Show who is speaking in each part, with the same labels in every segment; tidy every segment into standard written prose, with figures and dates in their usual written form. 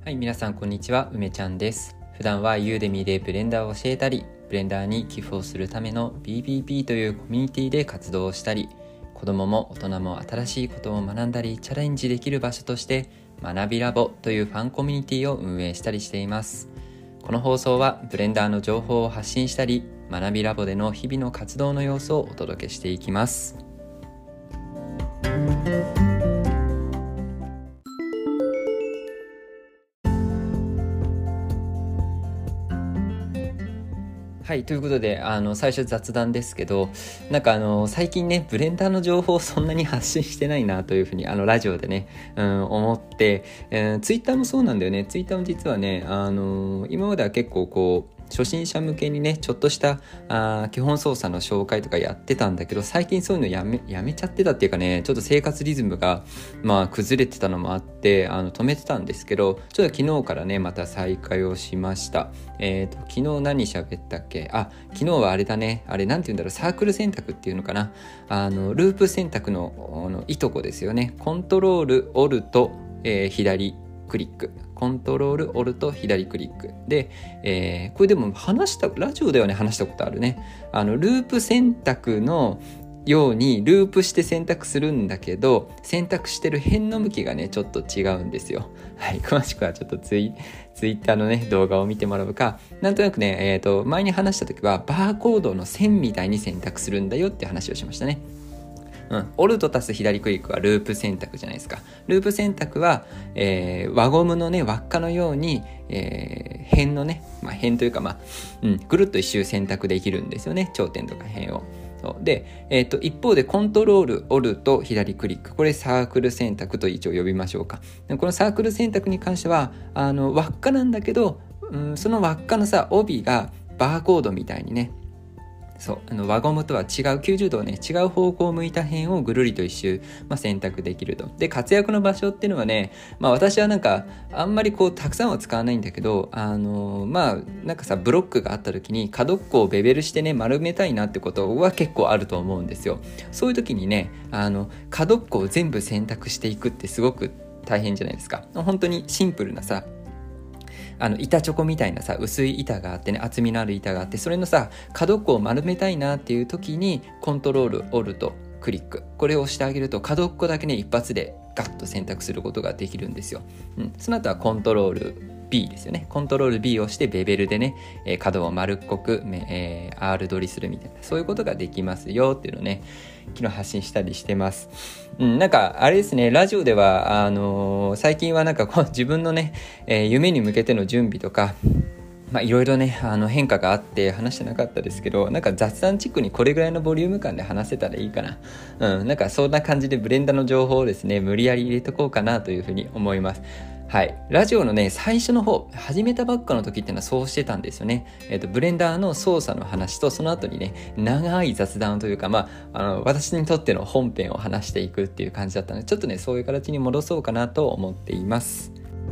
Speaker 1: はい、皆さんこんにちは、梅ちゃんです。普段はユーデミでブレンダーを教えたり、ブレンダーに寄付をするための BBB というコミュニティで活動をしたり、子供も大人も新しいことを学んだりチャレンジできる場所として学びラボというファンコミュニティを運営したりしています。この放送はブレンダーの情報を発信したり、学びラボでの日々の活動の様子をお届けしていきます。はい、ということで最初雑談ですけど、最近ねブレンダーの情報をそんなに発信してないなというふうにラジオでね、思って、ツイッターもそうなんだよね。ツイッターも実はね今までは結構初心者向けにねちょっとした基本操作の紹介とかやってたんだけど、最近そういうのやめちゃってたっていうかね、ちょっと生活リズムが崩れてたのもあって止めてたんですけど、ちょっと昨日からねまた再開をしました。昨日何喋ったっけ。昨日はあれだね、あれなんて言うんだろう、サークル選択っていうのかな、ループ選択のいとこですよね。コントロールオルト、左クリック、コントロールオルト左クリックで、これでもラジオではね話したことあるね。ループ選択のようにループして選択するんだけど、選択してる辺の向きがねちょっと違うんですよ。はい、詳しくはちょっとツイッターのね動画を見てもらうか、なんとなくね、前に話した時はバーコードの線みたいに選択するんだよって話をしましたね。オルト足す左クリックはループ選択じゃないですか。ループ選択は、輪ゴムのね輪っかのように、辺のね、辺というかぐるっと一周選択できるんですよね、頂点とか辺を。で、一方でコントロールオルト左クリック、これサークル選択と一応呼びましょうか。このサークル選択に関しては輪っかなんだけど、その輪っかのさ帯がバーコードみたいにね、輪ゴムとは違う90度をね違う方向を向いた辺をぐるりと一周、選択できると。で、活躍の場所っていうのはね、私はあんまりたくさんは使わないんだけど、ブロックがあった時に角っこをベベルしてね丸めたいなってことは結構あると思うんですよ。そういう時にね角っこを全部選択していくってすごく大変じゃないですか。本当にシンプルなさ板チョコみたいなさ薄い板があってね、厚みのある板があって、それのさ角っこを丸めたいなっていう時にコントロールオルトクリック、これを押してあげると角っこだけね一発でガッと選択することができるんですよ。その後はコントロール B ですよね。コントロール B をしてベベルでね、角を丸っこく、R 取りするみたいな、そういうことができますよっていうのをね昨日発信したりしてます。あれですね、ラジオでは最近は自分のね、夢に向けての準備とかいろいろね変化があって話してなかったですけど、雑談チックにこれぐらいのボリューム感で話せたらいいかな。そんな感じでブレンダーの情報をですね無理やり入れとこうかなというふうに思います。はい、ラジオのね最初の方始めたばっかの時っていうのはそうしてたんですよね。ブレンダーの操作の話と、その後にね長い雑談というか私にとっての本編を話していくっていう感じだったので、ちょっとねそういう形に戻そうかなと思っています。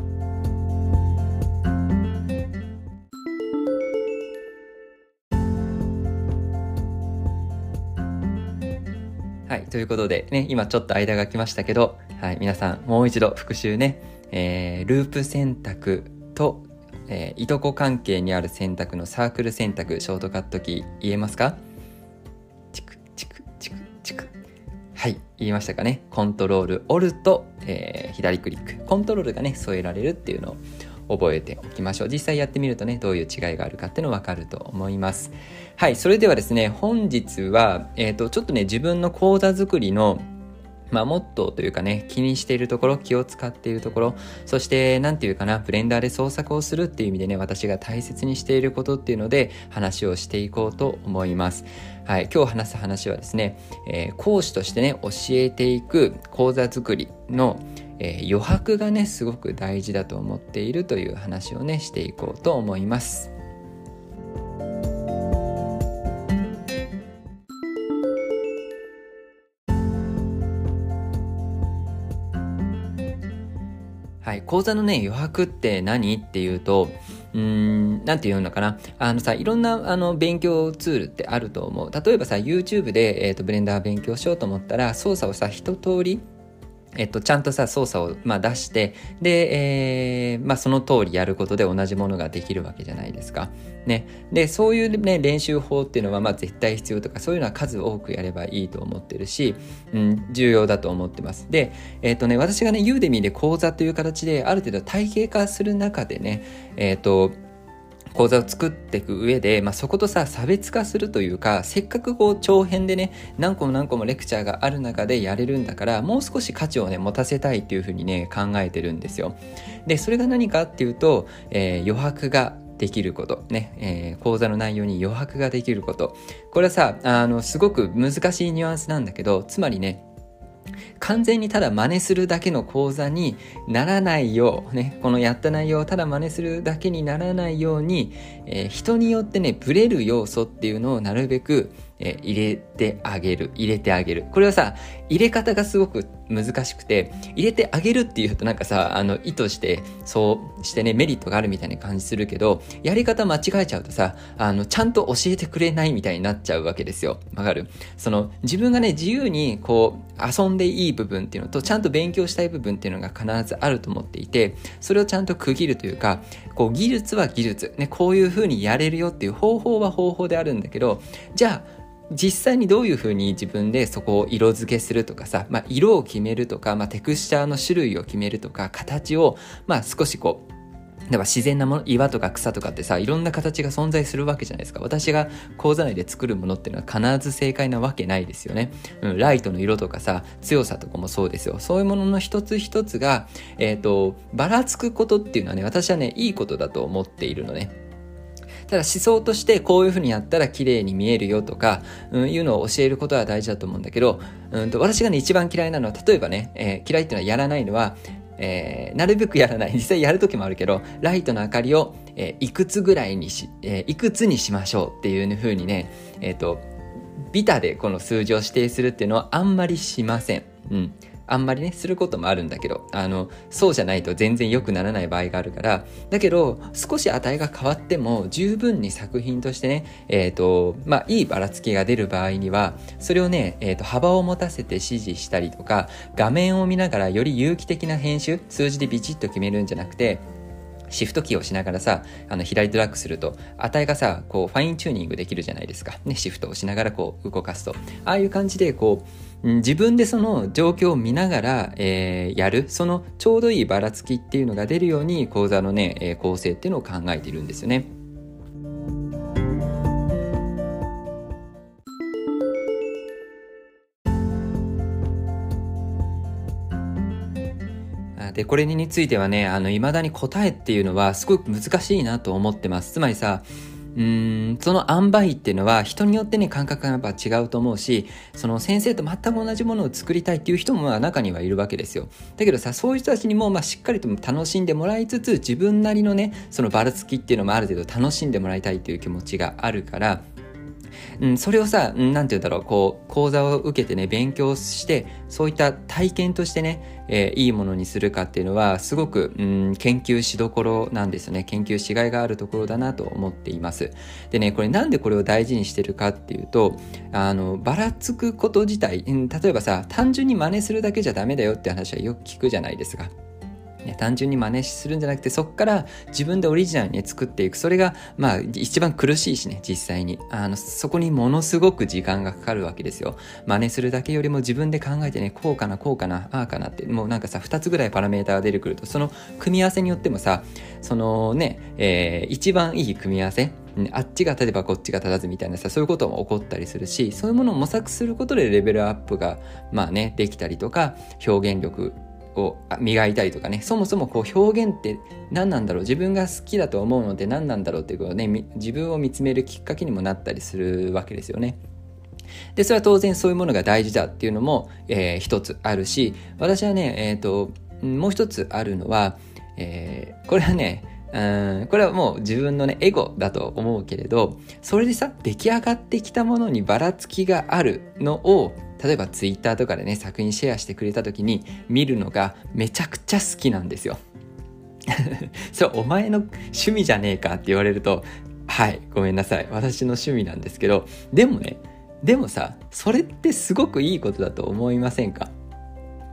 Speaker 1: はい、ということでね、今ちょっと間が空きましたけど、はい、皆さんもう一度復習ね、ループ選択と、いとこ関係にある選択のサークル選択、ショートカットキー言えますか？チクチクチクチク。はい、言いましたかね。コントロールオルト、左クリック、コントロールがね添えられるっていうのを覚えておきましょう。実際やってみるとねどういう違いがあるかっていうの分かると思います。はい、それではですね本日は、ちょっとね自分の講座作りのモットーというかね、気にしているところ、気を使っているところ、そしてブレンダーで創作をするっていう意味でね私が大切にしていることっていうので話をしていこうと思います。はい、今日話す話はですね、講師としてね教えていく講座作りの余白がねすごく大事だと思っているという話をねしていこうと思います。はい、講座のね余白って何っていうと、なんていうのかな、いろんな勉強ツールってあると思う。例えばさ YouTube で、ブレンダー勉強しようと思ったら操作をさ一通りちゃんとさ操作を出してで、その通りやることで同じものができるわけじゃないですかね。でそういうね練習法っていうのは絶対必要とか、そういうのは数多くやればいいと思ってるし、重要だと思ってます。で私がねユーデミーで講座という形である程度体系化する中でね講座を作っていく上で、そことさ差別化するというか、せっかく長編でね何個もレクチャーがある中でやれるんだから、もう少し価値をね持たせたいっていうふうにね考えてるんですよ。でそれが何かっていうと、余白ができることね、講座の内容に余白ができること、これはさすごく難しいニュアンスなんだけど、つまりね完全にただ真似するだけの講座にならないようね、このやった内容をただ真似するだけにならないように、人によってねブレる要素っていうのをなるべく入れてあげる。これはさ入れ方がすごく難しくて、入れてあげるっていうとなんかさ意図してそうしてねメリットがあるみたいな感じするけど、やり方間違えちゃうとさちゃんと教えてくれないみたいになっちゃうわけですよ。わかる？自分がね自由に遊んでいい部分っていうのと、ちゃんと勉強したい部分っていうのが必ずあると思っていて、それをちゃんと区切るというか、技術は技術ね、こういう風にやれるよっていう方法は方法であるんだけど、じゃあ実際にどういう風に自分でそこを色付けするとかさ、色を決めるとか、テクスチャーの種類を決めるとか、形を少し例えば自然なもの、岩とか草とかってさ、いろんな形が存在するわけじゃないですか。私が講座内で作るものっていうのは必ず正解なわけないですよね。ライトの色とかさ、強さとかもそうですよ。そういうものの一つ一つが、ばらつくことっていうのはね、私はね、いいことだと思っているのね。ただ思想としてこういう風にやったら綺麗に見えるよとか、いうのを教えることは大事だと思うんだけど、私がね一番嫌いなのは、例えばね、嫌いっていうのはやらないのは、なるべくやらない。実際やる時もあるけど、ライトの明かりを、いくつぐらいにいくつにしましょうっていう風にね、ビタでこの数字を指定するっていうのはあんまりしません。あんまりねすることもあるんだけど、そうじゃないと全然良くならない場合があるから。だけど少し値が変わっても十分に作品としてね、いいばらつきが出る場合には、それをね、幅を持たせて指示したりとか、画面を見ながらより有機的な編集、数字でビチッと決めるんじゃなくて、シフトキーをしながらさ、左ドラッグすると値がさファインチューニングできるじゃないですかね。シフトをしながら動かすと、ああいう感じで自分でその状況を見ながら、やる、そのちょうどいいばらつきっていうのが出るように講座のね、構成っていうのを考えているんですよね。でこれについてはね未だに答えっていうのはすごく難しいなと思ってます。つまりさ、その塩梅っていうのは人によってね感覚がやっぱ違うと思うし、その先生と全く同じものを作りたいっていう人も中にはいるわけですよ。だけどさ、そういう人たちにもしっかりと楽しんでもらいつつ、自分なりのねそのばらつきっていうのもある程度楽しんでもらいたいっていう気持ちがあるから、それをさ、なんて言うんだろう、講座を受けてね勉強して、そういった体験としてね、いいものにするかっていうのはすごく、研究しどころなんですよね。研究しがいがあるところだなと思っています。でね、これなんでこれを大事にしてるかっていうと、ばらつくこと自体、例えばさ、単純に真似するだけじゃダメだよって話はよく聞くじゃないですか。単純に真似するんじゃなくて、そこから自分でオリジナルに、作っていく。それが一番苦しいしね、実際にそこにものすごく時間がかかるわけですよ。真似するだけよりも自分で考えてね、こうかなああかなって、もうなんかさ2つぐらいパラメーターが出てくると、その組み合わせによってもさ、そのね、一番いい組み合わせ、あっちが立てばこっちが立たずみたいなさ、そういうことも起こったりするし、そういうものを模索することでレベルアップができたりとか、表現力を磨いたりとかね、そもそも表現って何なんだろう、自分が好きだと思うのって何なんだろうっていうことをね、自分を見つめるきっかけにもなったりするわけですよね。でそれは当然そういうものが大事だっていうのも、一つあるし、私はね、もう一つあるのは、これはね、これはもう自分のねエゴだと思うけれど、それでさ出来上がってきたものにばらつきがあるのを、例えばツイッターとかでね作品シェアしてくれた時に見るのがめちゃくちゃ好きなんですよ。それお前の趣味じゃねえかって言われると、はいごめんなさい、私の趣味なんですけど、でもさ、それってすごくいいことだと思いませんか？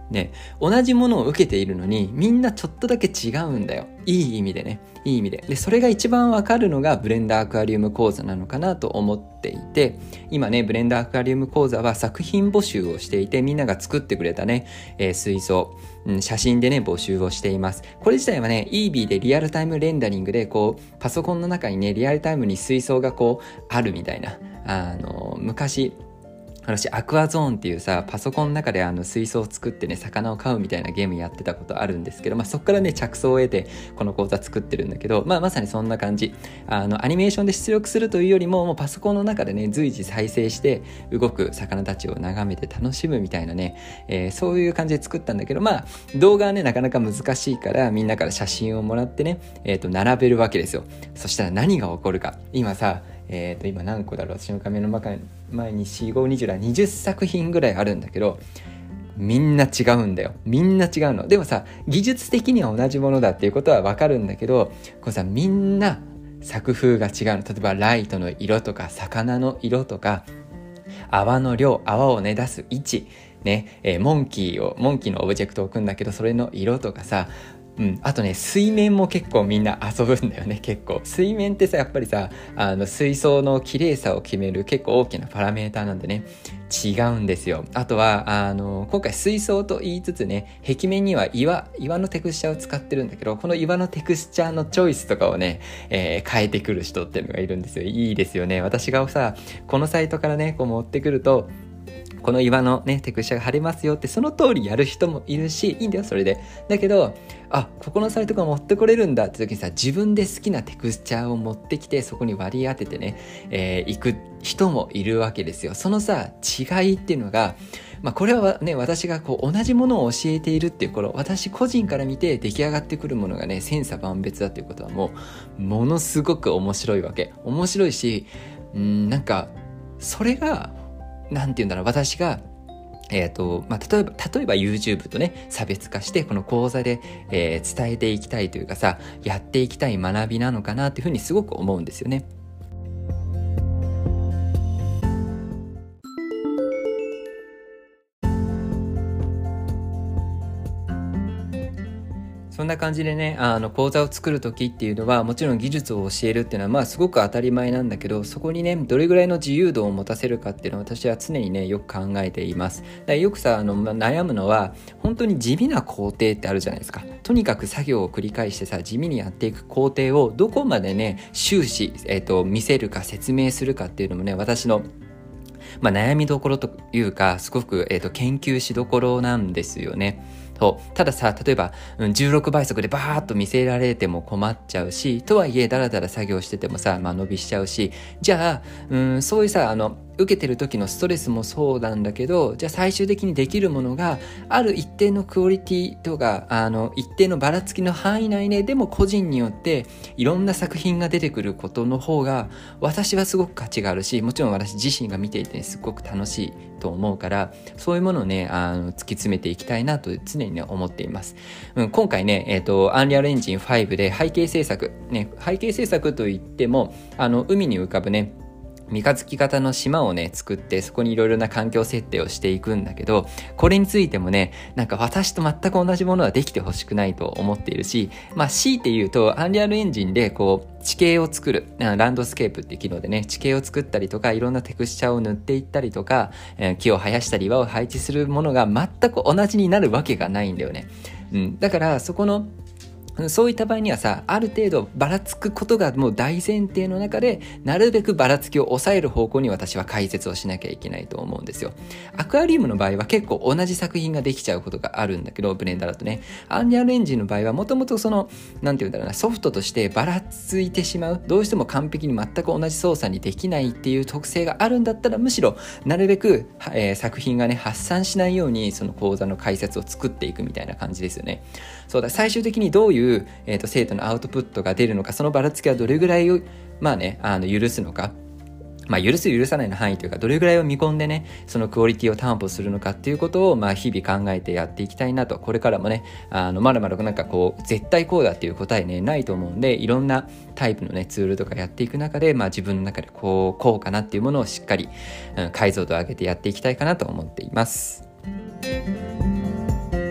Speaker 1: ね、同じものを受けているのにみんなちょっとだけ違うんだよ。いい意味でね。いい意味で。で、それが一番わかるのがブレンダーアクアリウム講座なのかなと思っていて、今ね、ブレンダーアクアリウム講座は作品募集をしていて、みんなが作ってくれたね、水槽、写真でね、募集をしています。これ自体はね、EB でリアルタイムレンダリングで、こう、パソコンの中にね、リアルタイムに水槽がこう、あるみたいな。昔、私アクアゾーンっていうさ、パソコンの中で水槽を作ってね、魚を飼うみたいなゲームやってたことあるんですけど、そっからね着想を得てこの講座作ってるんだけど、まさにそんな感じ。アニメーションで出力するというよりも、もうパソコンの中でね随時再生して動く魚たちを眺めて楽しむみたいなね、そういう感じで作ったんだけど、動画はねなかなか難しいからみんなから写真をもらってね、並べるわけですよ。そしたら何が起こるか。今さ、今何個だろう、私の画面の前に4、5、20作品ぐらいあるんだけど、みんな違うんだよ。みんな違うの。でもさ、技術的には同じものだっていうことはわかるんだけど、これさ、みんな作風が違うの。例えばライトの色とか魚の色とか泡の量、泡をね出す位置ね、モンキーのオブジェクトを置くんだけど、それの色とかさ、あとね、水面も結構みんな遊ぶんだよね。結構水面ってさ、やっぱりさ、水槽の綺麗さを決める結構大きなパラメーターなんでね、違うんですよ。あとは今回水槽と言いつつね、壁面には岩のテクスチャーを使ってるんだけど、この岩のテクスチャーのチョイスとかをね、変えてくる人っていうのがいるんですよ。いいですよね。私がさ、このサイトからねこう持ってくると、この岩のねテクスチャーが貼れますよってその通りやる人もいるし、いいんだよそれで。だけど、ここのサイトが持ってこれるんだって時にさ、自分で好きなテクスチャーを持ってきてそこに割り当ててね、行く人もいるわけですよ。そのさ違いっていうのが、これはね、私がこう同じものを教えているっていう頃、私個人から見て出来上がってくるものがね千差万別だっていうことはもうものすごく面白いわけ。面白いし、なんかそれがなんていうんだろう、私が例えば YouTube とね差別化してこの講座で、伝えていきたいというかさ、やっていきたい学びなのかなっていうふうにすごく思うんですよね。そんな感じでね、講座を作る時っていうのはもちろん技術を教えるっていうのはすごく当たり前なんだけど、そこにねどれぐらいの自由度を持たせるかっていうのは私は常にねよく考えています。だからよくさ悩むのは本当に地味な工程ってあるじゃないですか。とにかく作業を繰り返してさ地味にやっていく工程をどこまでね終始、見せるか説明するかっていうのもね、私の悩みどころというかすごく、研究しどころなんですよね。たださ、例えば、16倍速でバーッと見せられても困っちゃうし、とはいえだらだら作業しててもさ、伸びしちゃうし、じゃあそういうさ受けてる時のストレスもそうなんだけど、じゃあ最終的にできるものがある一定のクオリティとか一定のばらつきの範囲内ね、でも個人によっていろんな作品が出てくることの方が私はすごく価値があるし、もちろん私自身が見ていて、すごく楽しいと思うから、そういうものをね突き詰めていきたいなと常にね思っています。今回ねアンリアルエンジン5で背景制作ね、背景制作といっても海に浮かぶね三日月型の島をね作って、そこにいろいろな環境設定をしていくんだけど、これについてもねなんか私と全く同じものはできてほしくないと思っているし、強いて言うとアンリアルエンジンでこう地形を作るランドスケープっていう機能でね地形を作ったりとか、いろんなテクスチャーを塗っていったりとか、木を生やしたり岩を配置するものが全く同じになるわけがないんだよね。だからそこのそういった場合にはさ、ある程度ばらつくことがもう大前提の中で、なるべくばらつきを抑える方向に私は解説をしなきゃいけないと思うんですよ。アクアリウムの場合は結構同じ作品ができちゃうことがあるんだけど、ブレンダーだとね。アンリアルエンジンの場合はもともとそのなんていうんだろうな、ソフトとしてばらついてしまう、どうしても完璧に全く同じ操作にできないっていう特性があるんだったら、むしろなるべく、作品がね発散しないようにその講座の解説を作っていくみたいな感じですよね。そうだ、最終的にどういう、生徒のアウトプットが出るのか、そのばらつきはどれぐらいを許すのか、許す許さないの範囲というか、どれぐらいを見込んでねそのクオリティを担保するのかっていうことを日々考えてやっていきたいなと。これからもねまだまだなんかこう絶対こうだっていう答えねないと思うんで、いろんなタイプのねツールとかやっていく中で、自分の中でこうかなっていうものをしっかり、解像度を上げてやっていきたいかなと思っています。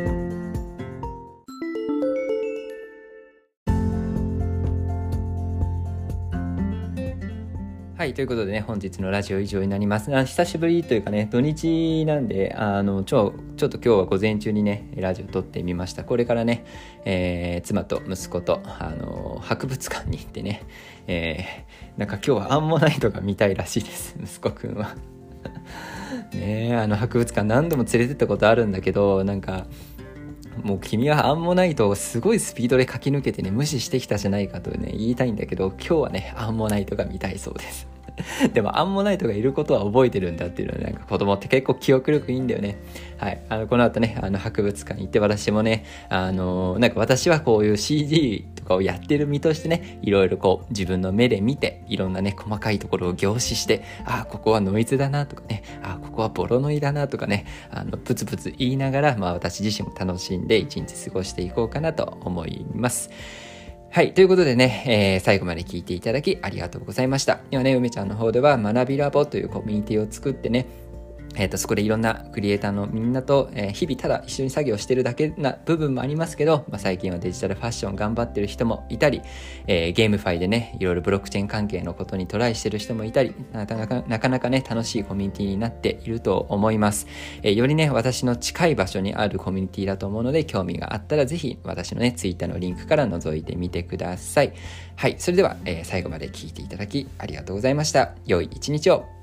Speaker 1: はい、ということでね、本日のラジオ以上になります。久しぶりというかね、土日なんで、ちょっと今日は午前中にね、ラジオ撮ってみました。これからね、妻と息子と、博物館に行ってね、なんか今日はアンモナイトが見たいらしいです、息子くんは。ねえ、博物館何度も連れてったことあるんだけど、なんか、もう君はアンモナイトをすごいスピードで駆け抜けてね、無視してきたじゃないかとね、言いたいんだけど、今日はね、アンモナイトが見たいそうです。でもアンモナイトがいることは覚えてるんだっていうのは、なんか子供って結構記憶力いいんだよね。はい。この後ね、博物館行って私もね、なんか私はこういう CG とかをやってる身としてね、いろいろこう自分の目で見て、いろんなね、細かいところを凝視して、ここはノイズだなとかね、ここはボロノイだなとかね、ブツブツ言いながら、私自身も楽しんで一日過ごしていこうかなと思います。はい。ということでね、最後まで聞いていただきありがとうございました。今ね、梅ちゃんの方では学びラボというコミュニティを作ってね、そこでいろんなクリエイターのみんなと、日々ただ一緒に作業してるだけな部分もありますけど、最近はデジタルファッション頑張ってる人もいたり、ゲームファイでね、いろいろブロックチェーン関係のことにトライしてる人もいたり、なかなかね、楽しいコミュニティになっていると思います。よりね、私の近い場所にあるコミュニティだと思うので、興味があったらぜひ私のね、ツイッターのリンクから覗いてみてください。はい。それでは、最後まで聞いていただきありがとうございました。良い一日を。